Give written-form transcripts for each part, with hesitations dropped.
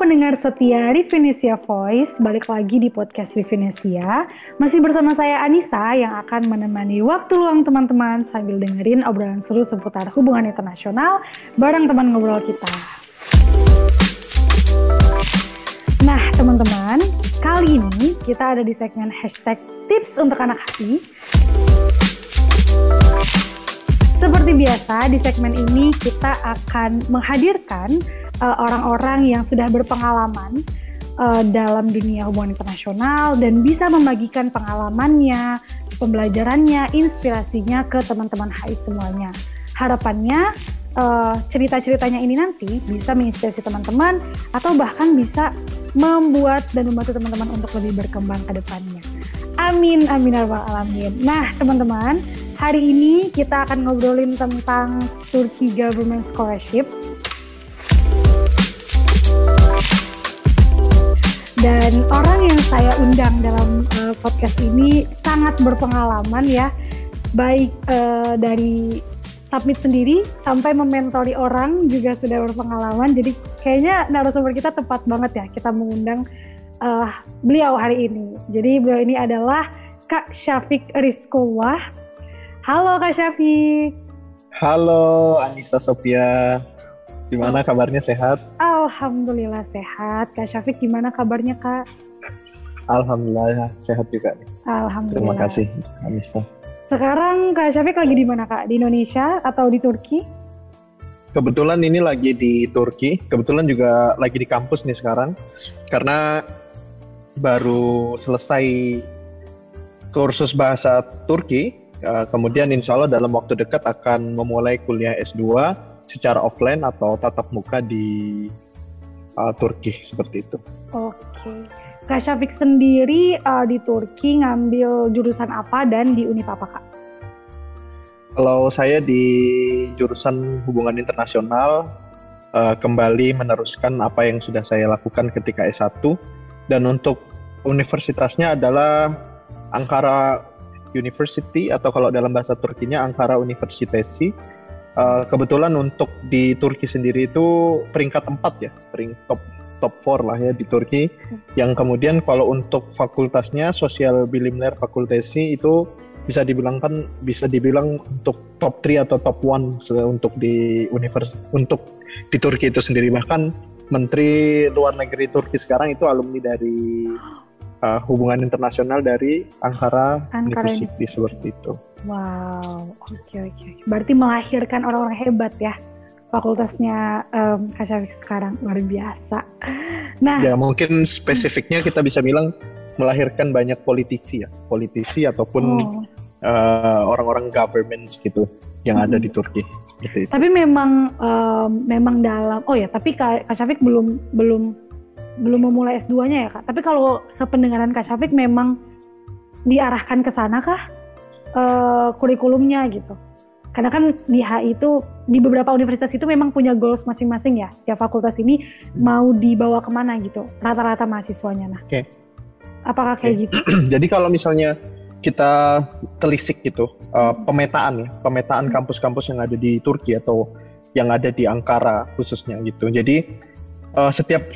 pendengar setia Rivinesia Voice, balik lagi di podcast Rivinesia. Masih bersama saya Anissa yang akan menemani waktu luang teman-teman sambil dengerin obrolan seru seputar hubungan internasional bareng teman ngobrol kita. Nah teman-teman, kali ini kita ada di segmen hashtag tips untuk anak hati. Seperti biasa, di segmen ini kita akan menghadirkan orang-orang yang sudah berpengalaman dalam dunia hubungan internasional dan bisa membagikan pengalamannya, pembelajarannya, inspirasinya ke teman-teman HI semuanya. Harapannya cerita-ceritanya ini nanti bisa menginspirasi teman-teman atau bahkan bisa membuat dan membantu teman-teman untuk lebih berkembang ke depannya. Amin, amin ya rabbal alamin. Nah teman-teman, hari ini kita akan ngobrolin tentang Turkey Government Scholarship. Dan orang yang saya undang dalam podcast ini sangat berpengalaman ya, baik dari submit sendiri sampai mementori orang juga sudah berpengalaman. Jadi kayaknya narasumber kita tepat banget ya kita mengundang beliau hari ini. Jadi beliau ini adalah Kak Syafiq Rizkullah. Halo Kak Syafiq. Halo Anissa Sophia. Gimana kabarnya, sehat? Alhamdulillah sehat. Kak Syafiq gimana kabarnya Kak? Alhamdulillah sehat juga nih. Alhamdulillah. Terima kasih Anissa. Sekarang Kak Syafiq lagi di mana Kak? Di Indonesia atau di Turki? Kebetulan ini lagi di Turki. Kebetulan juga lagi di kampus nih sekarang. Karena baru selesai kursus bahasa Turki. Kemudian insya Allah dalam waktu dekat akan memulai kuliah S2 secara offline atau tatap muka di Turki seperti itu. Oke. Kak Syafiq sendiri di Turki ngambil jurusan apa dan di univ apa Kak? Kalau saya di jurusan hubungan internasional, kembali meneruskan apa yang sudah saya lakukan ketika S1, dan untuk universitasnya adalah Ankara University atau kalau dalam bahasa Turkinya Ankara Universitesi. Kebetulan untuk di Turki sendiri itu peringkat 4 ya, top 4 lah ya di Turki. Yang kemudian kalau untuk fakultasnya Sosial Bilimler Fakultesi itu bisa dibilang untuk top 3 atau top 1 untuk di untuk di Turki itu sendiri. Bahkan Menteri Luar Negeri Turki sekarang itu alumni dari hubungan internasional dari Ankara University seperti itu. Wow, oke. Berarti melahirkan orang-orang hebat ya, fakultasnya Kak Syafiq sekarang, luar biasa. Nah, ya mungkin spesifiknya kita bisa bilang melahirkan banyak politisi ataupun orang-orang governments gitu yang ada di Turki seperti itu. Tapi memang dalam, tapi Kak Syafiq belum memulai S2-nya ya Kak. Tapi kalau sependengaran Kak Syafiq memang diarahkan ke sana kah? Kurikulumnya gitu. Karena kan di HI itu di beberapa universitas itu memang punya goals masing-masing ya. Tiap fakultas ini mau dibawa kemana gitu. Rata-rata mahasiswanya. Nah. Oke. Apakah kayak gitu? Jadi kalau misalnya kita telisik gitu pemetaan kampus-kampus yang ada di Turki atau yang ada di Ankara khususnya gitu. Jadi setiap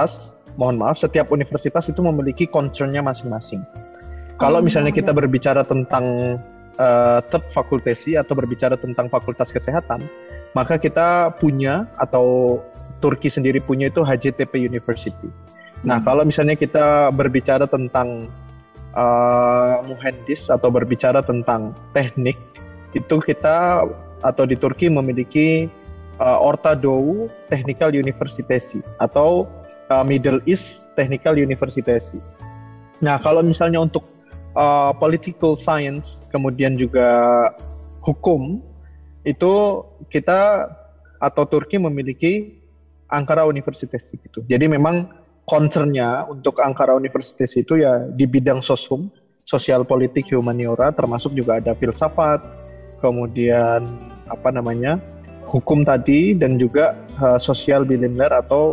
setiap universitas itu memiliki concern-nya masing-masing. Kalau misalnya kita berbicara tentang TEP fakultesi atau berbicara tentang fakultas kesehatan, maka kita punya atau Turki sendiri punya itu HCTP University. Nah, kalau misalnya kita berbicara tentang muhandis atau berbicara tentang teknik, itu kita atau di Turki memiliki Orta Doğu Technical Universitesi atau Middle East Technical Universitesi. Nah, kalau misalnya untuk political science, kemudian juga hukum, itu kita atau Turki memiliki Ankara Universitesi gitu. Jadi memang concern-nya untuk Ankara Universitesi itu ya di bidang soshum, sosial politik humaniora, termasuk juga ada filsafat, kemudian hukum tadi, dan juga sosial bilimler atau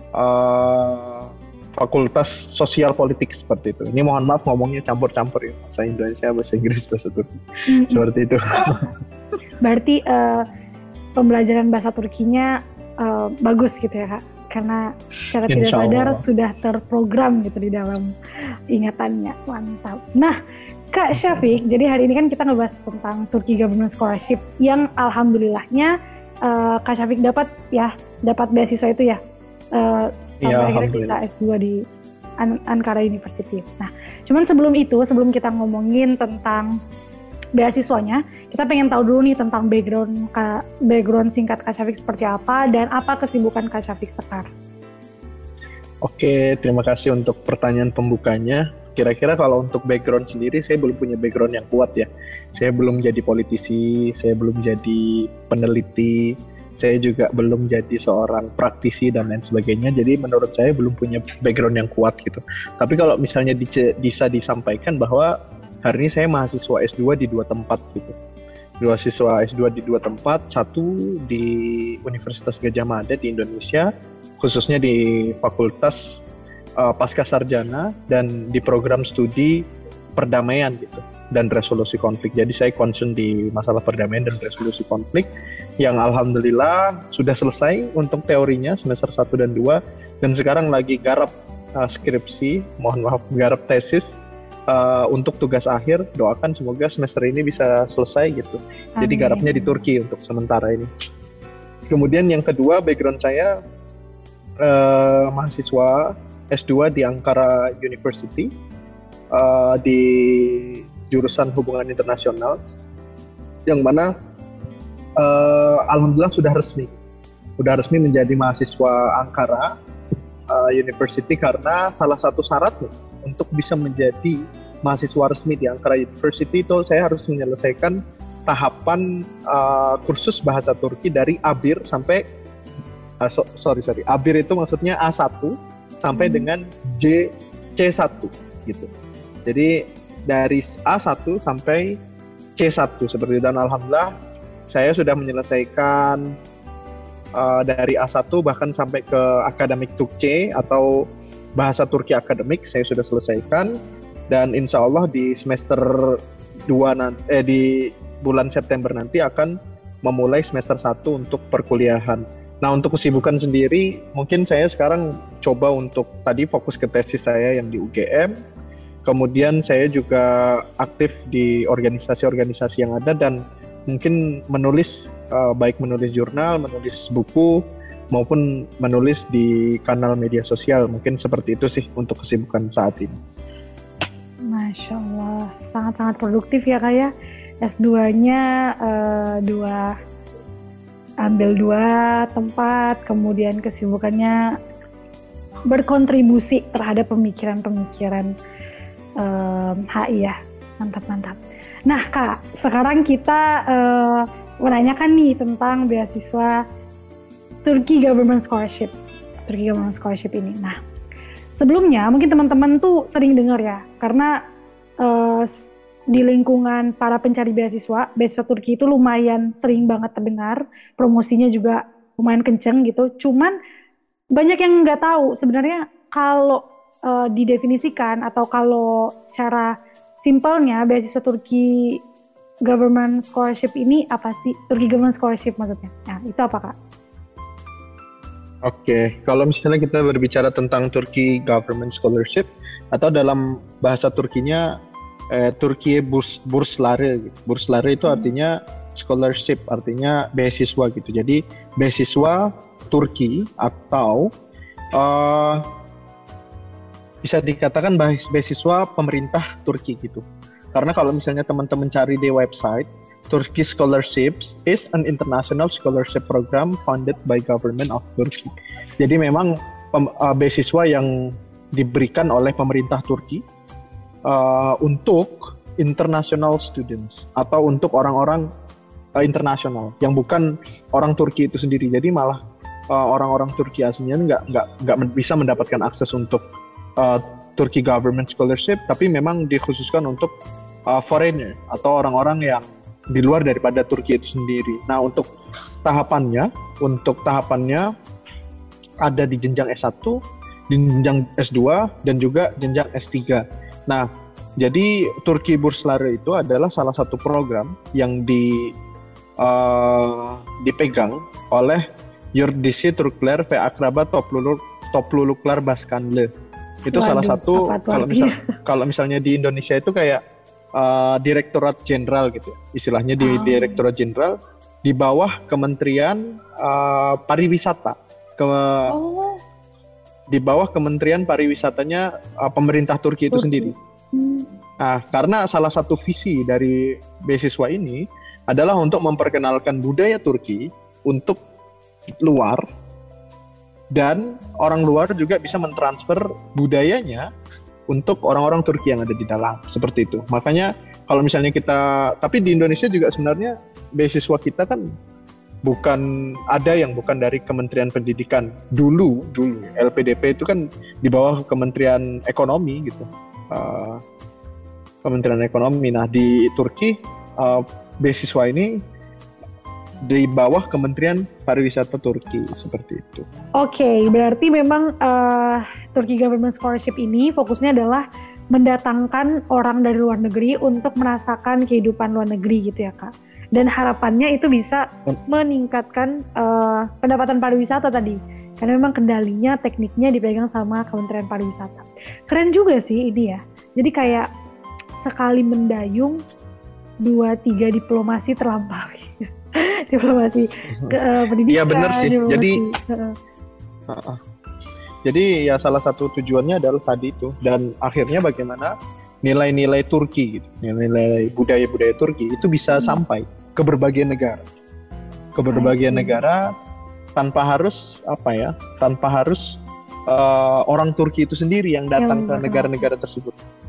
fakultas sosial politik seperti itu. Ini mohon maaf ngomongnya campur-campur ya, bahasa Indonesia, bahasa Inggris, bahasa Turki. Seperti itu. Berarti pembelajaran bahasa Turkinya bagus gitu ya Kak? karena secara tidak Insya sadar Allah. sudah terprogram gitu di dalam ingatannya. Mantap. Nah, Kak Syafiq, jadi hari ini kan kita ngebahas tentang Turkey Government Scholarship yang alhamdulillahnya Kak Syafiq dapat beasiswa itu ya, sampai Ya, akhirnya bisa alhamdulillah. S2 di Ankara University. Nah, cuman sebelum kita ngomongin tentang beasiswanya, kita pengen tahu dulu nih tentang background singkat Kak Syafiq seperti apa dan apa kesibukan Kak Syafiq sekarang. Oke, terima kasih untuk pertanyaan pembukanya. Kira-kira kalau untuk background sendiri, saya belum punya background yang kuat ya. Saya belum jadi politisi, saya belum jadi peneliti, saya juga belum jadi seorang praktisi dan lain sebagainya. Jadi menurut saya belum punya background yang kuat gitu. Tapi kalau misalnya bisa disampaikan bahwa hari ini saya mahasiswa S2 di 2 tempat gitu. Mahasiswa S2 di 2 tempat, satu di Universitas Gadjah Mada di Indonesia, khususnya di Fakultas Pasca Sarjana dan di program studi perdamaian gitu dan resolusi konflik. Jadi saya concern di masalah perdamaian dan resolusi konflik yang alhamdulillah sudah selesai untuk teorinya semester 1 dan 2 dan sekarang lagi garap garap tesis untuk tugas akhir. Doakan semoga semester ini bisa selesai gitu. Jadi Amin. garapnya di Turki untuk sementara ini. Kemudian yang kedua, background saya mahasiswa S2 di Ankara University di jurusan hubungan internasional yang mana alhamdulillah sudah resmi menjadi mahasiswa Ankara University karena salah satu syaratnya untuk bisa menjadi mahasiswa resmi di Ankara University itu saya harus menyelesaikan tahapan kursus bahasa Turki dari ABIR sampai ABIR itu maksudnya A1 sampai dengan C1 gitu. Jadi dari A1 sampai C1 seperti itu. Dan alhamdulillah saya sudah menyelesaikan dari A1 bahkan sampai ke akademik Turkce atau bahasa Turki akademik saya sudah selesaikan dan insya Allah di semester 2 di bulan September nanti akan memulai semester 1 untuk perkuliahan. Nah, untuk kesibukan sendiri, mungkin saya sekarang coba untuk tadi fokus ke tesis saya yang di UGM. Kemudian saya juga aktif di organisasi-organisasi yang ada dan mungkin menulis, baik menulis jurnal, menulis buku, maupun menulis di kanal media sosial. Mungkin seperti itu sih untuk kesibukan saat ini. Masya Allah, sangat-sangat produktif ya Kak ya. S2-nya ambil 2 tempat, kemudian kesibukannya berkontribusi terhadap pemikiran-pemikiran HI ya. Mantap. Nah Kak, sekarang kita menanyakan nih tentang beasiswa Turkey Government Scholarship ini. Nah, sebelumnya mungkin teman-teman tuh sering dengar ya, karena di lingkungan para pencari beasiswa Turki itu lumayan sering banget terdengar, promosinya juga lumayan kenceng gitu. Cuman banyak yang nggak tahu sebenarnya kalau didefinisikan atau kalau secara simpelnya beasiswa Turkey Government Scholarship ini apa sih? Turkey Government Scholarship maksudnya? Nah, itu apa Kak? Oke, kalau misalnya kita berbicara tentang Turkey Government Scholarship atau dalam bahasa Turkinya Turkiye Bursları. Bursları itu artinya scholarship, artinya beasiswa gitu. Jadi beasiswa Turki atau bisa dikatakan beasiswa pemerintah Turki gitu. Karena kalau misalnya teman-teman cari di website, Turkey Scholarships is an international scholarship program funded by government of Turkey. Jadi memang beasiswa yang diberikan oleh pemerintah Turki untuk international students atau untuk orang-orang internasional yang bukan orang Turki itu sendiri. Jadi malah orang-orang Turki aslinya nggak bisa mendapatkan akses untuk Turkey Government Scholarship, tapi memang dikhususkan untuk foreigner atau orang-orang yang di luar daripada Turki itu sendiri. Nah, untuk tahapannya ada di jenjang S1, di jenjang S2 dan juga jenjang S3. Nah, jadi Turkey Bursları itu adalah salah satu program yang dipegang oleh Yurdisi Turkler ve Akraba Topluluklar Baskanlı. Itu Waduh, salah satu apa tuh artinya? kalau misalnya di Indonesia itu kayak Direktorat Jenderal gitu. Istilahnya di Ah, Direktorat Jenderal di bawah Kementerian Pariwisata. oh, Di bawah Kementerian Pariwisatanya pemerintah Turki itu Turki. sendiri. Hmm, Nah, karena salah satu visi dari beasiswa ini adalah untuk memperkenalkan budaya Turki untuk luar, dan orang luar juga bisa mentransfer budayanya untuk orang-orang Turki yang ada di dalam, seperti itu. Makanya kalau misalnya tapi di Indonesia juga sebenarnya beasiswa kita kan ada yang bukan dari Kementerian Pendidikan. Dulu LPDP itu kan di bawah Kementerian Ekonomi gitu. Kementerian Ekonomi. Nah, di Turki beasiswa ini di bawah Kementerian Pariwisata Turki, seperti itu. Oke, berarti memang Turkey Government Scholarship ini fokusnya adalah mendatangkan orang dari luar negeri untuk merasakan kehidupan luar negeri gitu ya Kak. Dan harapannya itu bisa meningkatkan pendapatan pariwisata tadi. Karena memang kendalinya, tekniknya dipegang sama Kementerian Pariwisata. Keren juga sih ini ya. Jadi kayak sekali mendayung, 2-3 diplomasi terlampaui. Diplomasi pendidikan. Iya benar sih. Diplomasi. Jadi ya salah satu tujuannya adalah tadi itu, dan akhirnya bagaimana nilai-nilai Turki gitu, nilai budaya-budaya Turki itu bisa sampai ke berbagai negara. Ke berbagai negara tanpa harus orang Turki itu sendiri yang datang ke negara-negara tersebut.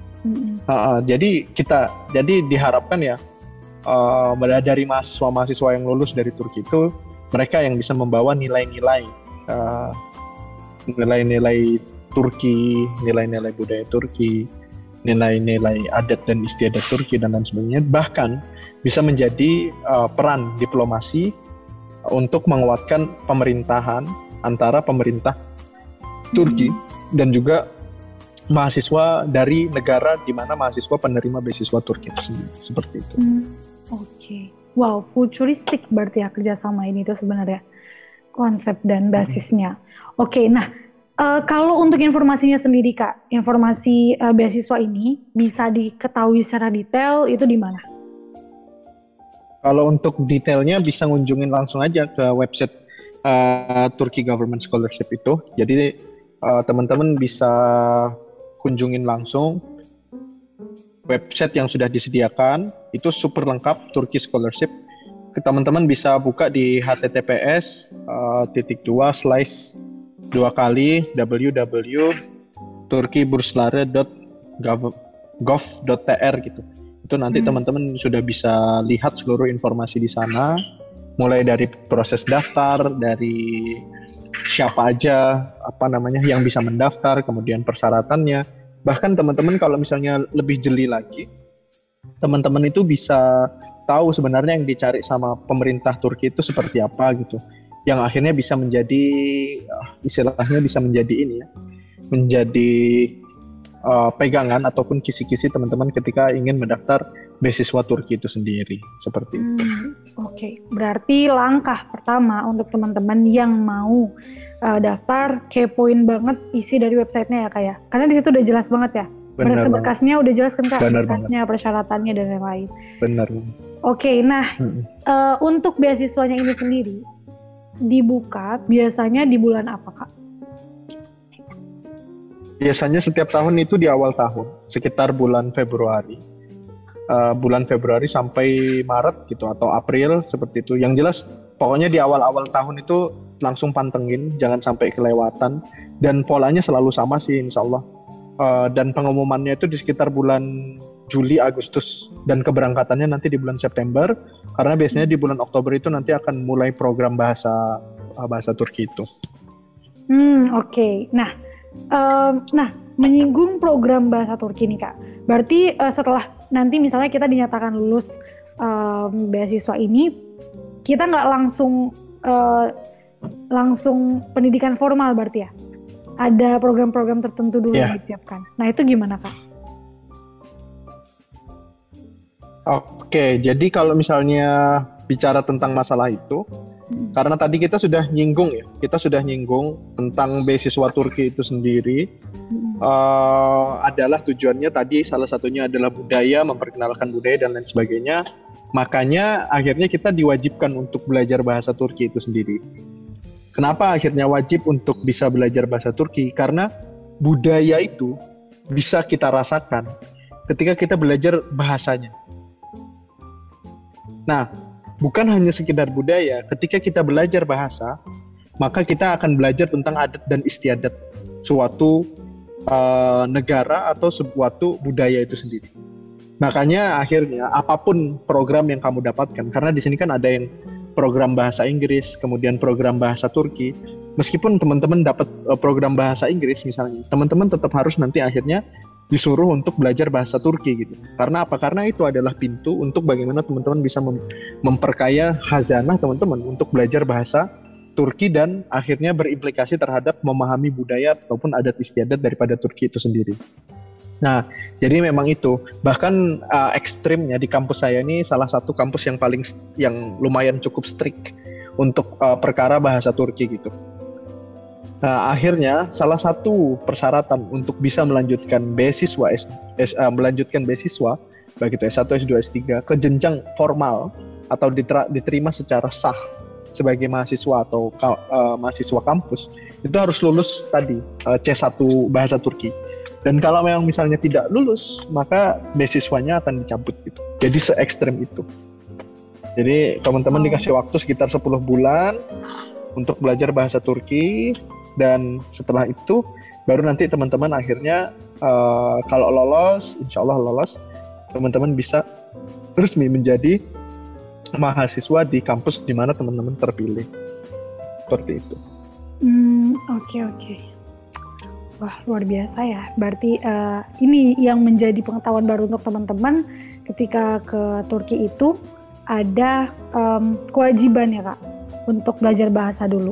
Jadi diharapkan ya dari mahasiswa-mahasiswa yang lulus dari Turki itu, mereka yang bisa membawa nilai-nilai Turki, nilai-nilai budaya Turki, nilai-nilai adat dan istiadat Turki dan lain sebagainya, bahkan bisa menjadi peran diplomasi untuk menguatkan pemerintahan antara pemerintah Turki dan juga mahasiswa dari negara di mana mahasiswa penerima beasiswa Turki itu sendiri, seperti itu. Oke. Wow, futuristik berarti ya kerjasama ini tuh sebenarnya konsep dan basisnya. Oke, nah kalau untuk informasinya sendiri Kak, informasi beasiswa ini bisa diketahui secara detail itu di mana? Kalau untuk detailnya bisa ngunjungin langsung aja ke website Turkey Government Scholarship itu. Jadi teman-teman bisa kunjungin langsung website yang sudah disediakan, itu super lengkap Turkey Scholarship. Teman-teman bisa buka di https://www.turkeyburslare.gov.tr gitu. Itu nanti teman-teman sudah bisa lihat seluruh informasi di sana, mulai dari proses daftar, dari siapa aja yang bisa mendaftar, kemudian persyaratannya. Bahkan teman-teman kalau misalnya lebih jeli lagi, teman-teman itu bisa tahu sebenarnya yang dicari sama pemerintah Turki itu seperti apa gitu. Yang akhirnya bisa menjadi istilahnya bisa menjadi menjadi pegangan ataupun kisi-kisi teman-teman ketika ingin mendaftar beasiswa Turki itu sendiri, seperti itu. Oke, berarti langkah pertama untuk teman-teman yang mau daftar, kepoin banget isi dari websitenya ya Kak ya, karena di situ udah jelas banget ya. Berkas-berkasnya udah jelas kan Kak, berkasnya, persyaratannya dan lain-lain. Benar. Oke, nah untuk beasiswanya ini sendiri dibuka biasanya di bulan apa Kak? Biasanya setiap tahun itu di awal tahun, sekitar bulan Februari. Bulan Februari sampai Maret gitu atau April seperti itu. Yang jelas pokoknya di awal-awal tahun itu langsung pantengin, jangan sampai kelewatan, dan polanya selalu sama sih insya Allah. Dan pengumumannya itu di sekitar bulan Juli, Agustus, dan keberangkatannya nanti di bulan September, karena biasanya di bulan Oktober itu nanti akan mulai program bahasa Turki itu. Oke. Nah, menyinggung program bahasa Turki nih Kak, berarti setelah nanti misalnya kita dinyatakan lulus beasiswa ini, kita nggak langsung pendidikan formal berarti ya? Ada program-program tertentu dulu yang disiapkan. Nah itu gimana Kak? Oke, jadi kalau misalnya bicara tentang masalah itu, Karena tadi kita sudah nyinggung tentang beasiswa Turki itu sendiri. Adalah tujuannya tadi salah satunya adalah budaya, memperkenalkan budaya dan lain sebagainya. Makanya akhirnya kita diwajibkan untuk belajar bahasa Turki itu sendiri. Kenapa akhirnya wajib untuk bisa belajar bahasa Turki? Karena budaya itu bisa kita rasakan ketika kita belajar bahasanya. Nah, bukan hanya sekedar budaya, ketika kita belajar bahasa, maka kita akan belajar tentang adat dan istiadat suatu negara atau suatu budaya itu sendiri. Makanya akhirnya apapun program yang kamu dapatkan, karena di sini kan ada yang program bahasa Inggris, kemudian program bahasa Turki. Meskipun teman-teman dapat program bahasa Inggris misalnya, teman-teman tetap harus nanti akhirnya disuruh untuk belajar bahasa Turki gitu. Karena apa? Karena itu adalah pintu untuk bagaimana teman-teman bisa memperkaya khazanah teman-teman untuk belajar bahasa Turki dan akhirnya berimplikasi terhadap memahami budaya ataupun adat istiadat daripada Turki itu sendiri. Nah, jadi memang itu. Bahkan ekstrimnya di kampus saya ini salah satu kampus yang lumayan cukup strict untuk perkara bahasa Turki gitu. Nah, akhirnya salah satu persyaratan untuk bisa melanjutkan beasiswa baik itu S1, S2, S3 ke jenjang formal atau diterima secara sah sebagai mahasiswa atau mahasiswa kampus, itu harus lulus tadi C1 bahasa Turki. Dan kalau memang misalnya tidak lulus, maka beasiswanya akan dicabut gitu. Jadi se-ekstrem itu. Jadi teman-teman dikasih waktu sekitar 10 bulan untuk belajar bahasa Turki. Dan setelah itu baru nanti teman-teman akhirnya kalau lolos, insya Allah lolos, teman-teman bisa resmi menjadi mahasiswa di kampus di mana teman-teman terpilih. Seperti itu. Oke. Wah, luar biasa ya. Berarti ini yang menjadi pengetahuan baru untuk teman-teman ketika ke Turki itu ada kewajiban ya Kak untuk belajar bahasa dulu.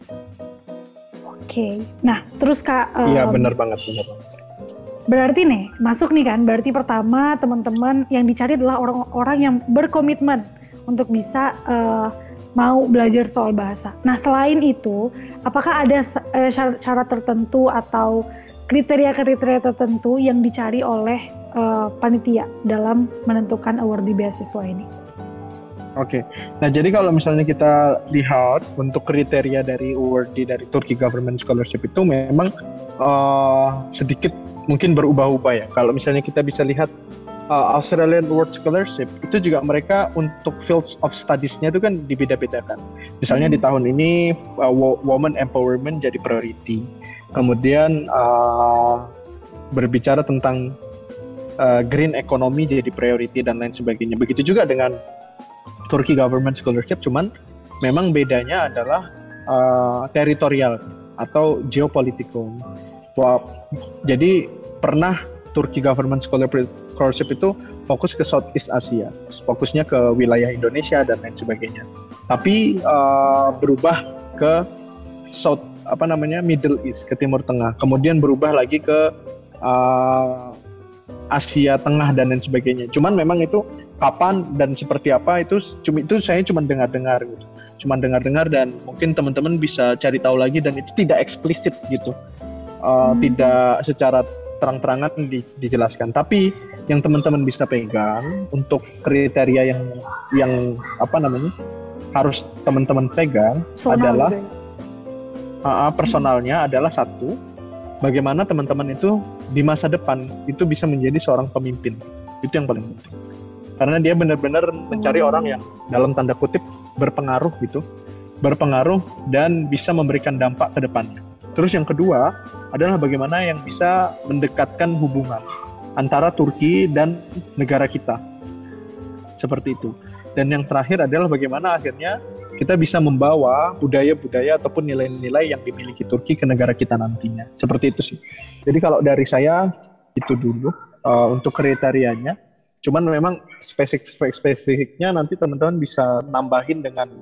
Oke. Nah, terus Kak. Iya, benar banget. Berarti nih, masuk nih kan, berarti pertama teman-teman yang dicari adalah orang-orang yang berkomitmen untuk bisa mau belajar soal bahasa. Nah, selain itu, apakah ada syarat tertentu atau kriteria-kriteria tertentu yang dicari oleh panitia dalam menentukan awardee beasiswa ini? Oke, nah jadi kalau misalnya kita lihat untuk kriteria dari awardee dari Turkey Government Scholarship itu memang sedikit mungkin berubah-ubah ya. Kalau misalnya kita bisa lihat Australian Award Scholarship itu juga mereka untuk fields of studies-nya itu kan dibeda-bedakan. Misalnya di tahun ini women empowerment jadi priority. Kemudian berbicara tentang green economy jadi priority dan lain sebagainya. Begitu juga dengan Turkey Government Scholarship, cuman memang bedanya adalah teritorial atau geopolitical. Jadi pernah Turkey Government Scholarship itu fokus ke Southeast Asia, fokusnya ke wilayah Indonesia dan lain sebagainya. Tapi berubah ke Middle East, ke Timur Tengah. Kemudian berubah lagi ke Asia Tengah dan lain sebagainya. Cuman memang itu kapan dan seperti apa itu saya cuma dengar-dengar gitu. Cuma dengar-dengar dan mungkin teman-teman bisa cari tahu lagi dan itu tidak eksplisit gitu. Tidak secara terang-terangan dijelaskan. Tapi yang teman-teman bisa pegang untuk kriteria yang harus teman-teman pegang adalah personalnya adalah satu, bagaimana teman-teman itu di masa depan itu bisa menjadi seorang pemimpin. Itu yang paling penting. Karena dia benar-benar mencari orang yang dalam tanda kutip berpengaruh dan bisa memberikan dampak ke depannya. Terus yang kedua adalah bagaimana yang bisa mendekatkan hubungan antara Turki dan negara kita. Seperti itu. Dan yang terakhir adalah bagaimana akhirnya kita bisa membawa budaya-budaya ataupun nilai-nilai yang dimiliki Turki ke negara kita nantinya. Seperti itu sih. Jadi kalau dari saya itu dulu untuk kriterianya. Cuman memang spesifiknya nanti teman-teman bisa nambahin dengan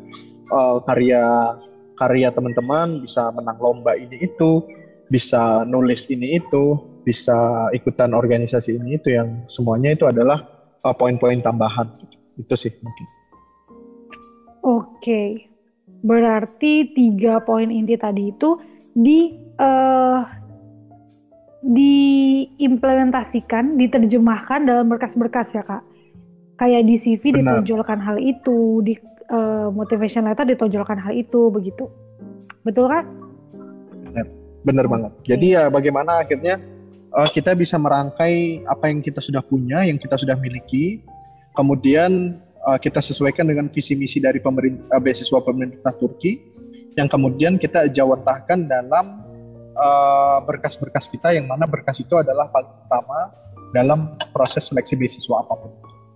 karya teman-teman, bisa menang lomba ini itu, bisa nulis ini itu, bisa ikutan organisasi ini itu, yang semuanya itu adalah poin-poin tambahan. Itu sih mungkin. Oke. Berarti 3 poin inti tadi itu di eh, diimplementasikan, diterjemahkan dalam berkas-berkas ya Kak. Kayak di CV Benar, ditonjolkan hal itu, di motivation letter ditonjolkan hal itu, begitu. Betul Kak? benar, benar banget. Jadi Oke. ya bagaimana akhirnya kita bisa merangkai apa yang kita sudah punya, yang kita sudah miliki, kemudian kita sesuaikan dengan visi misi dari beasiswa pemerintah Turki, yang kemudian kita jawantahkan dalam berkas-berkas kita, yang mana berkas itu adalah paling utama dalam proses seleksi beasiswa apapun.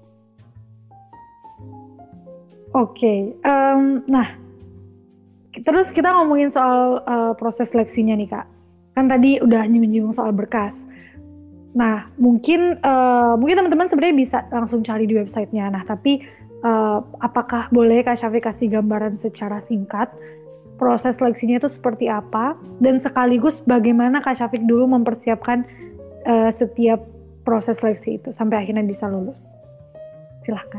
Oke. Nah, terus kita ngomongin soal proses seleksinya nih Kak. Kan tadi udah nyinggung soal berkas. Nah, mungkin teman-teman sebenarnya bisa langsung cari di websitenya. Nah, tapi apakah boleh Kak Syafiq kasih gambaran secara singkat proses seleksinya itu seperti apa, dan sekaligus bagaimana Kak Syafiq dulu mempersiapkan setiap proses seleksi itu sampai akhirnya bisa lulus? Silahkan.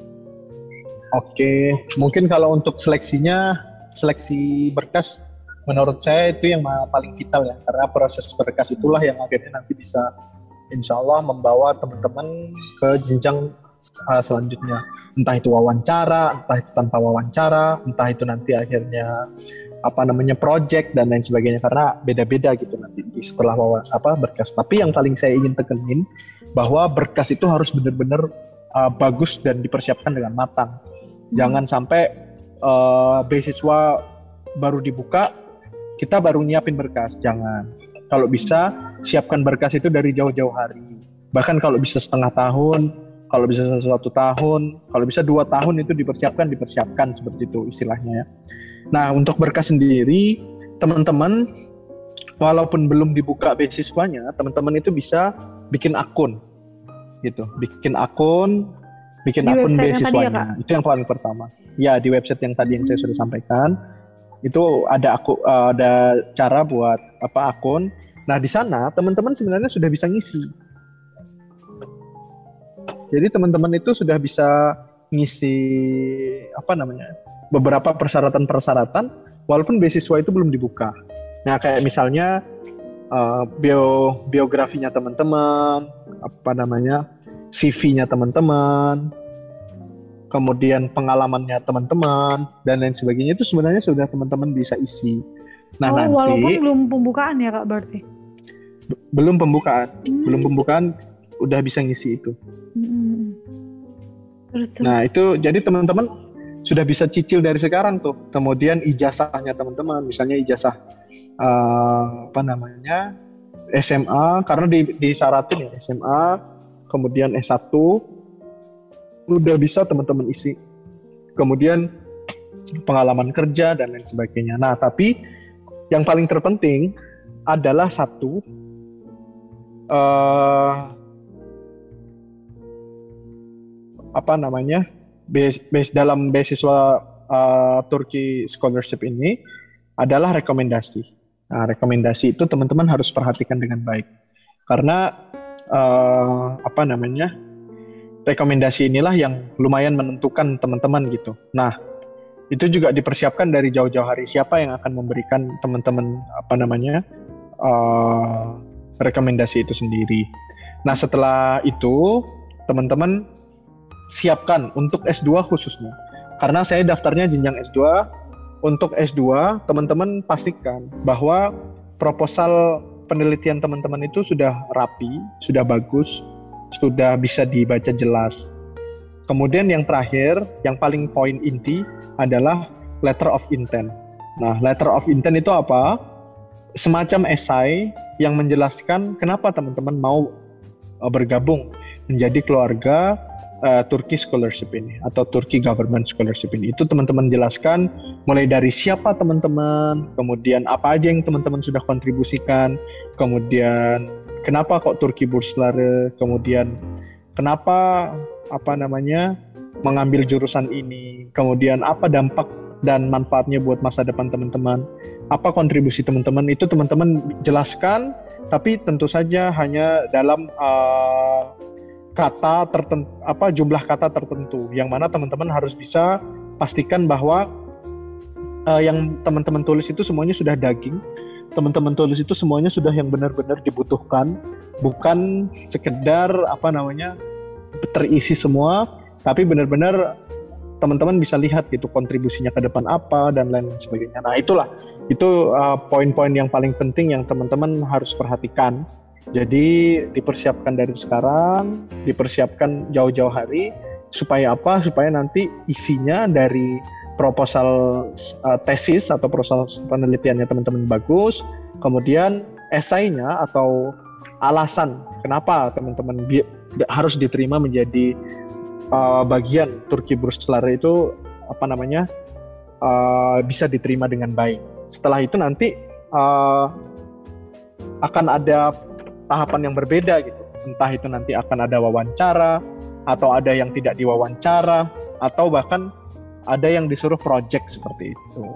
Oke, mungkin kalau untuk seleksinya, seleksi berkas menurut saya itu yang paling vital ya, karena proses berkas itulah yang akhirnya nanti bisa insya Allah membawa teman-teman ke jenjang selanjutnya. Entah itu wawancara, entah itu tanpa wawancara, entah itu nanti akhirnya project dan lain sebagainya, karena beda-beda gitu nanti setelah berkas. Tapi yang paling saya ingin tekenin bahwa berkas itu harus benar-benar bagus dan dipersiapkan dengan matang. Jangan sampai beasiswa baru dibuka, kita baru nyiapin berkas. Jangan. Kalau bisa, siapkan berkas itu dari jauh-jauh hari. Bahkan kalau bisa setengah tahun, kalau bisa 1 tahun, kalau bisa 2 tahun itu dipersiapkan seperti itu istilahnya ya. Nah, untuk berkas sendiri, teman-teman, walaupun belum dibuka beasiswanya, teman-teman itu bisa bikin akun, gitu. Bikin akun beasiswanya. Ya, itu yang paling pertama. Ya, di website yang tadi yang saya sudah sampaikan, itu ada cara buat akun. Nah, di sana teman-teman sebenarnya sudah bisa ngisi. Jadi teman-teman itu sudah bisa ngisi beberapa persyaratan-persyaratan walaupun beasiswa itu belum dibuka. Nah, kayak misalnya biografinya teman-teman, CV-nya teman-teman, kemudian pengalamannya teman-teman dan lain sebagainya, itu sebenarnya sudah teman-teman bisa isi. Nah, nanti walaupun belum pembukaan ya Kak berarti? Belum pembukaan udah bisa ngisi itu. Terus. Nah, itu jadi teman-teman sudah bisa cicil dari sekarang tuh. Kemudian ijazahnya teman-teman, misalnya ijazah SMA, karena disyaratin ya SMA, kemudian S1 udah bisa teman-teman isi. Kemudian pengalaman kerja dan lain sebagainya. Nah, tapi yang paling terpenting adalah satu, dalam beasiswa Turki Scholarship ini adalah rekomendasi. Nah, rekomendasi itu teman-teman harus perhatikan dengan baik. Karena rekomendasi inilah yang lumayan menentukan teman-teman gitu. Nah, itu juga dipersiapkan dari jauh-jauh hari, siapa yang akan memberikan teman-teman rekomendasi itu sendiri. Nah, setelah itu teman-teman siapkan untuk S2 khususnya. Karena saya daftarnya jenjang S2. Untuk S2, teman-teman pastikan bahwa proposal penelitian teman-teman itu sudah rapi, sudah bagus, sudah bisa dibaca jelas. Kemudian yang terakhir, yang paling poin inti adalah letter of intent. Nah, letter of intent itu apa? Semacam esai yang menjelaskan kenapa teman-teman mau bergabung menjadi keluarga Turki Scholarship ini atau Turki Government Scholarship ini. Itu teman-teman jelaskan mulai dari siapa teman-teman, kemudian apa aja yang teman-teman sudah kontribusikan, kemudian kenapa kok Turki Burslare, kemudian kenapa mengambil jurusan ini, kemudian apa dampak dan manfaatnya buat masa depan teman-teman, apa kontribusi teman-teman, itu teman-teman jelaskan, tapi tentu saja hanya dalam kata tertentu, jumlah kata tertentu, yang mana teman-teman harus bisa pastikan bahwa yang teman-teman tulis itu semuanya sudah daging. Teman-teman tulis itu semuanya sudah yang benar-benar dibutuhkan, bukan sekedar terisi semua, tapi benar-benar teman-teman bisa lihat gitu kontribusinya ke depan apa dan lain sebagainya. Nah itu poin-poin yang paling penting yang teman-teman harus perhatikan. Jadi dipersiapkan dari sekarang, dipersiapkan jauh-jauh hari, supaya apa? Supaya nanti isinya dari proposal tesis atau proposal penelitiannya teman-teman bagus, kemudian esainya atau alasan kenapa teman-teman harus diterima menjadi bagian Turki Burslar itu bisa diterima dengan baik. Setelah itu nanti akan ada tahapan yang berbeda gitu. Entah itu nanti akan ada wawancara, atau ada yang tidak diwawancara, atau bahkan ada yang disuruh project seperti itu.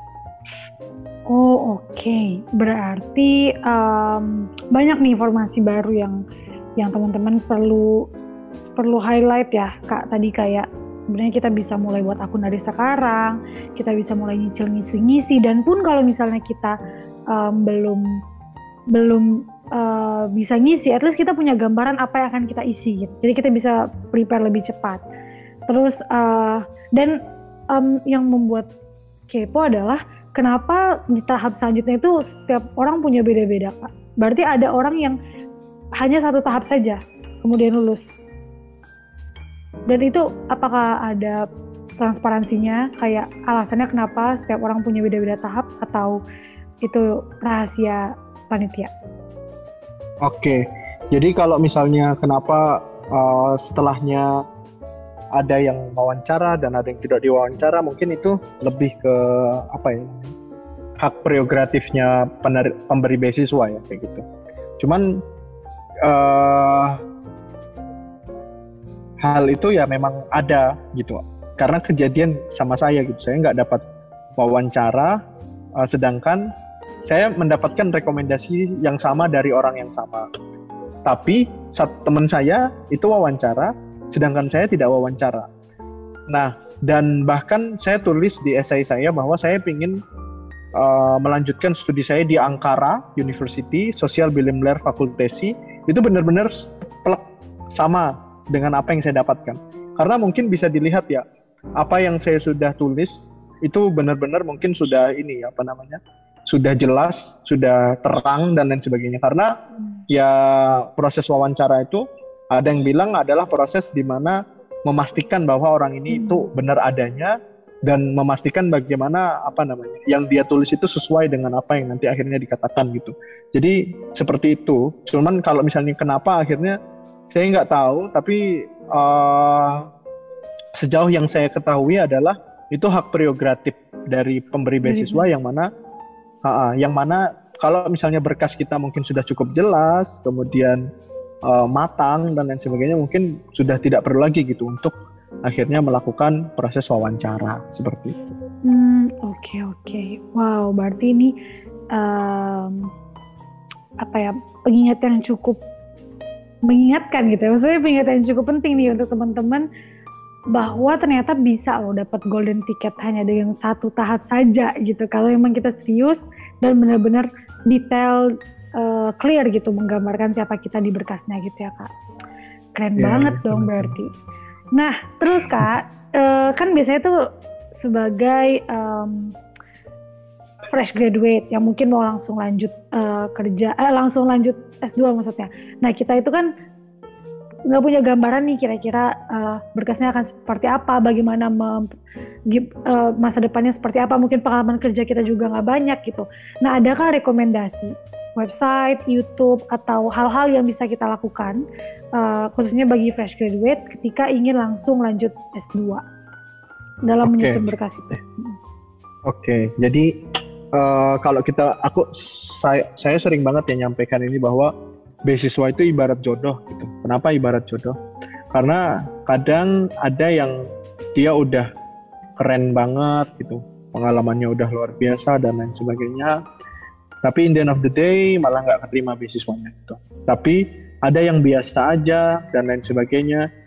Oh oke. Berarti banyak nih informasi baru yang teman-teman perlu highlight ya Kak. Tadi kayak sebenarnya kita bisa mulai buat akun dari sekarang, kita bisa mulai nyicil ngisi, dan pun kalau misalnya kita belum bisa ngisi, at least kita punya gambaran apa yang akan kita isi gitu. Jadi kita bisa prepare lebih cepat. Terus dan yang membuat kepo adalah kenapa di tahap selanjutnya itu setiap orang punya beda-beda Kak. Berarti ada orang yang hanya satu tahap saja kemudian lulus. Dan itu apakah ada transparansinya, kayak alasannya kenapa setiap orang punya beda-beda tahap, atau itu rahasia panitia? Oke, jadi kalau misalnya kenapa setelahnya ada yang wawancara dan ada yang tidak diwawancara, mungkin itu lebih ke hak prerogatifnya pemberi beasiswa ya kayak gitu. Cuman hal itu ya memang ada gitu, karena kejadian sama saya gitu. Saya nggak dapat wawancara, sedangkan saya mendapatkan rekomendasi yang sama dari orang yang sama. Tapi teman saya itu wawancara, sedangkan saya tidak wawancara. Nah, dan bahkan saya tulis di esai saya bahwa saya ingin melanjutkan studi saya di Ankara University, Social Bilimler Fakultesi. Itu benar-benar sama dengan apa yang saya dapatkan. Karena mungkin bisa dilihat ya, apa yang saya sudah tulis itu benar-benar mungkin sudah sudah jelas, sudah terang dan lain sebagainya. Karena ya proses wawancara itu ada yang bilang adalah proses di mana memastikan bahwa orang ini itu benar adanya, dan memastikan bagaimana yang dia tulis itu sesuai dengan apa yang nanti akhirnya dikatakan gitu. Jadi seperti itu. Cuman kalau misalnya kenapa akhirnya saya nggak tahu, tapi sejauh yang saya ketahui adalah itu hak prerogatif dari pemberi beasiswa, yang mana kalau misalnya berkas kita mungkin sudah cukup jelas, kemudian matang dan lain sebagainya, mungkin sudah tidak perlu lagi gitu untuk akhirnya melakukan proses wawancara seperti itu. Oke. Wow, berarti ini pengingat yang cukup mengingatkan gitu ya. Maksudnya pengingat yang cukup penting nih untuk teman-teman, bahwa ternyata bisa loh dapat golden ticket hanya dengan satu tahap saja gitu. Kalau memang kita serius dan benar-benar detail, clear gitu, menggambarkan siapa kita di berkasnya gitu ya Kak. Keren banget dong berarti. Nah terus Kak, kan biasanya tuh sebagai fresh graduate yang mungkin mau langsung lanjut langsung lanjut S2 maksudnya. Nah kita itu kan nggak punya gambaran nih kira-kira berkasnya akan seperti apa, bagaimana masa depannya seperti apa, mungkin pengalaman kerja kita juga nggak banyak gitu. Nah adakah rekomendasi website, YouTube, atau hal-hal yang bisa kita lakukan khususnya bagi fresh graduate ketika ingin langsung lanjut S2 dalam menyusun berkas itu? Oke, jadi kalau saya sering banget ya nyampaikan ini bahwa beasiswa itu ibarat jodoh gitu. Kenapa ibarat jodoh? Karena kadang ada yang dia udah keren banget gitu, pengalamannya udah luar biasa dan lain sebagainya, tapi in the end of the day malah nggak keterima beasiswanya gitu. Tapi ada yang biasa aja dan lain sebagainya,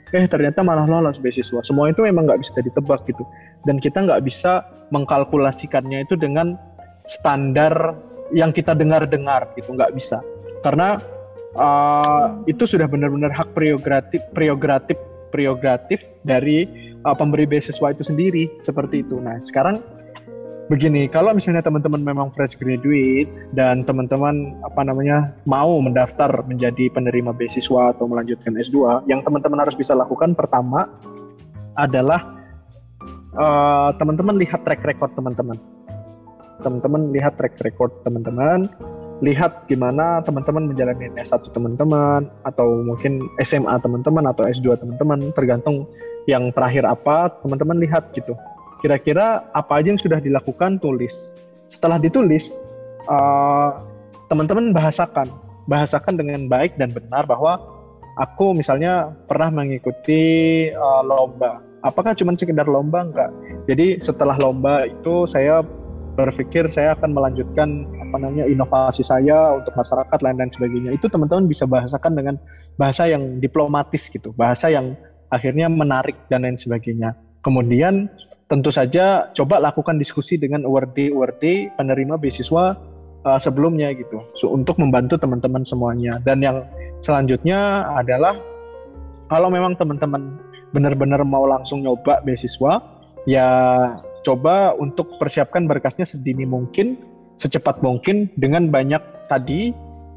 ternyata malah lolos beasiswa. Semua itu memang nggak bisa ditebak gitu, dan kita nggak bisa mengkalkulasikannya itu dengan standar yang kita dengar-dengar gitu, nggak bisa, karena itu sudah benar-benar hak prerogatif dari pemberi beasiswa itu sendiri, seperti itu. Nah sekarang begini, kalau misalnya teman-teman memang fresh graduate dan teman-teman mau mendaftar menjadi penerima beasiswa atau melanjutkan S2, yang teman-teman harus bisa lakukan pertama adalah teman-teman lihat track record teman-teman. Teman-teman lihat track record teman-teman, lihat gimana teman-teman menjalani S1 teman-teman, atau mungkin SMA teman-teman, atau S2 teman-teman, tergantung yang terakhir apa, teman-teman lihat gitu. Kira-kira apa aja yang sudah dilakukan, tulis. Setelah ditulis, teman-teman bahasakan dengan baik dan benar bahwa aku misalnya pernah mengikuti lomba. Apakah cuma sekedar lomba? Enggak. Jadi setelah lomba itu saya berpikir saya akan melanjutkan inovasi saya untuk masyarakat lain dan sebagainya. Itu teman-teman bisa bahasakan dengan bahasa yang diplomatis gitu, bahasa yang akhirnya menarik dan lain sebagainya. Kemudian tentu saja coba lakukan diskusi dengan awardee penerima beasiswa sebelumnya gitu, untuk membantu teman-teman semuanya. Dan yang selanjutnya adalah kalau memang teman-teman benar-benar mau langsung nyoba beasiswa, ya coba untuk persiapkan berkasnya sedini mungkin, secepat mungkin, dengan banyak tadi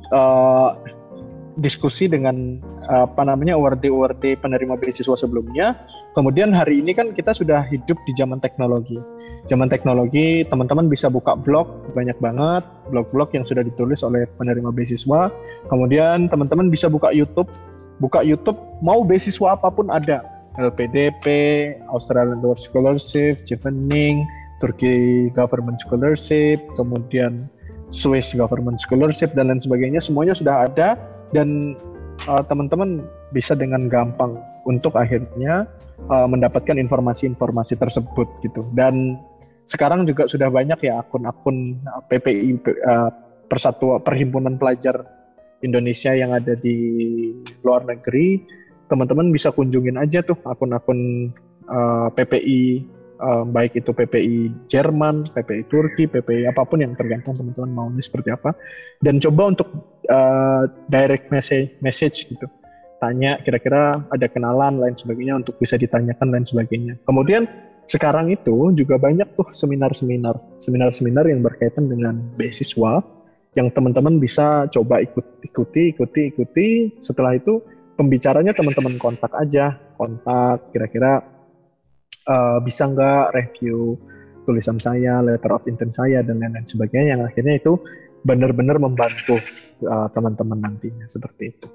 diskusi dengan awardee penerima beasiswa sebelumnya. Kemudian hari ini kan kita sudah hidup di zaman teknologi. Zaman teknologi, teman-teman bisa buka blog, banyak banget blog-blog yang sudah ditulis oleh penerima beasiswa. Kemudian teman-teman bisa buka YouTube, mau beasiswa apapun ada. LPDP, Australian World Scholarship, Chevening, Turkey Government Scholarship, kemudian Swiss Government Scholarship, dan lain sebagainya. Semuanya sudah ada, dan teman-teman bisa dengan gampang untuk akhirnya mendapatkan informasi-informasi tersebut gitu. Dan sekarang juga sudah banyak ya akun-akun PPI, Persatuan Perhimpunan Pelajar Indonesia yang ada di luar negeri. Teman-teman bisa kunjungin aja tuh akun-akun PPI, baik itu PPI Jerman, PPI Turki, PPI apapun, yang tergantung teman-teman maunya seperti apa. Dan coba untuk direct message gitu, tanya kira-kira ada kenalan lain sebagainya untuk bisa ditanyakan lain sebagainya. Kemudian sekarang itu juga banyak tuh seminar-seminar yang berkaitan dengan beasiswa yang teman-teman bisa coba ikuti. Setelah itu pembicaranya teman-teman kontak kira-kira bisa nggak review tulisan saya, letter of intent saya, dan lain-lain sebagainya, yang akhirnya itu benar-benar membantu teman-teman nantinya, seperti itu.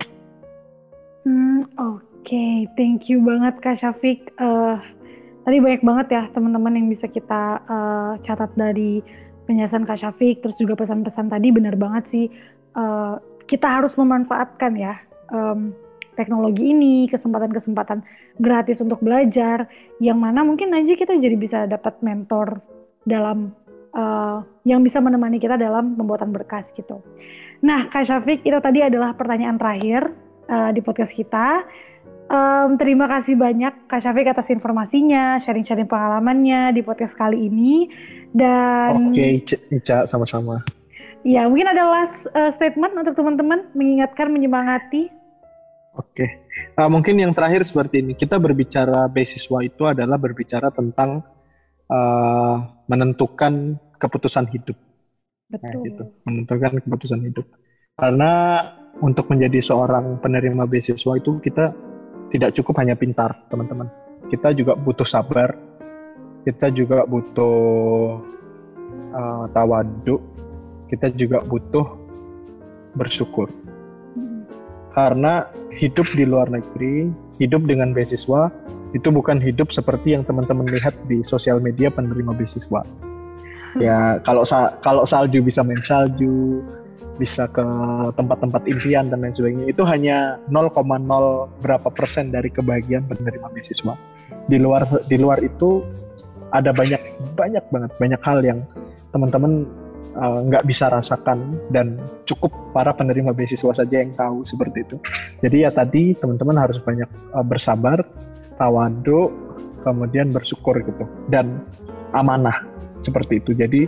Oke, thank you banget Kak Syafiq. Tadi banyak banget ya teman-teman yang bisa kita catat dari penjelasan Kak Syafiq, terus juga pesan-pesan tadi benar banget sih. Kita harus memanfaatkan ya teknologi ini, kesempatan-kesempatan gratis untuk belajar, yang mana mungkin aja kita jadi bisa dapat mentor dalam yang bisa menemani kita dalam pembuatan berkas gitu. Nah Kak Syafiq, itu tadi adalah pertanyaan terakhir di podcast kita. Terima kasih banyak Kak Syafiq atas informasinya, sharing-sharing pengalamannya di podcast kali ini. Dan Oke, Ica, sama-sama. Ya, mungkin ada last statement untuk teman-teman, mengingatkan, menyemangati. Oke, mungkin yang terakhir seperti ini. Kita berbicara beasiswa itu adalah berbicara tentang menentukan keputusan hidup. Betul. Nah, gitu. Menentukan keputusan hidup. Karena untuk menjadi seorang penerima beasiswa itu kita tidak cukup hanya pintar, teman-teman. Kita juga butuh sabar. Kita juga butuh tawadhu. Kita juga butuh bersyukur. Karena hidup di luar negeri, hidup dengan beasiswa, itu bukan hidup seperti yang teman-teman lihat di sosial media penerima beasiswa. Ya, kalau salju bisa main salju, bisa ke tempat-tempat impian dan lain sebagainya, itu hanya 0,0 berapa persen dari kebahagiaan penerima beasiswa. Di luar itu ada banyak hal yang teman-teman nggak bisa rasakan, dan cukup para penerima beasiswa saja yang tahu seperti itu. Jadi ya tadi teman-teman harus banyak bersabar, tawadhu, kemudian bersyukur gitu, dan amanah seperti itu. Jadi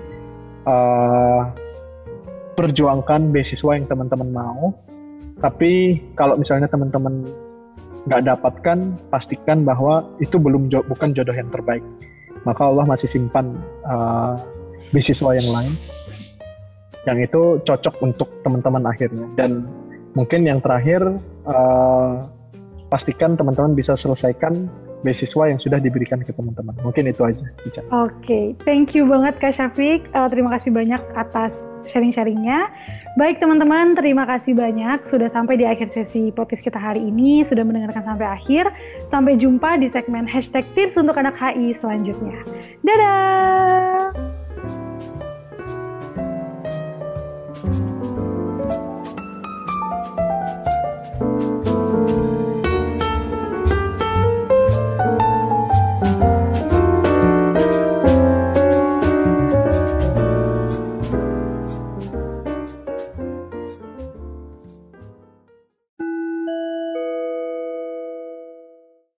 perjuangkan beasiswa yang teman-teman mau, tapi kalau misalnya teman-teman nggak dapatkan, pastikan bahwa itu bukan jodoh yang terbaik. Maka Allah masih simpan beasiswa yang lain yang itu cocok untuk teman-teman akhirnya. Dan mungkin yang terakhir, pastikan teman-teman bisa selesaikan beasiswa yang sudah diberikan ke teman-teman. Mungkin itu aja. Oke, thank you banget Kak Syafiq. Terima kasih banyak atas sharing-sharingnya. Baik teman-teman, terima kasih banyak sudah sampai di akhir sesi podcast kita hari ini, sudah mendengarkan sampai akhir. Sampai jumpa di segmen #tips untuk anak HI selanjutnya. Dadah!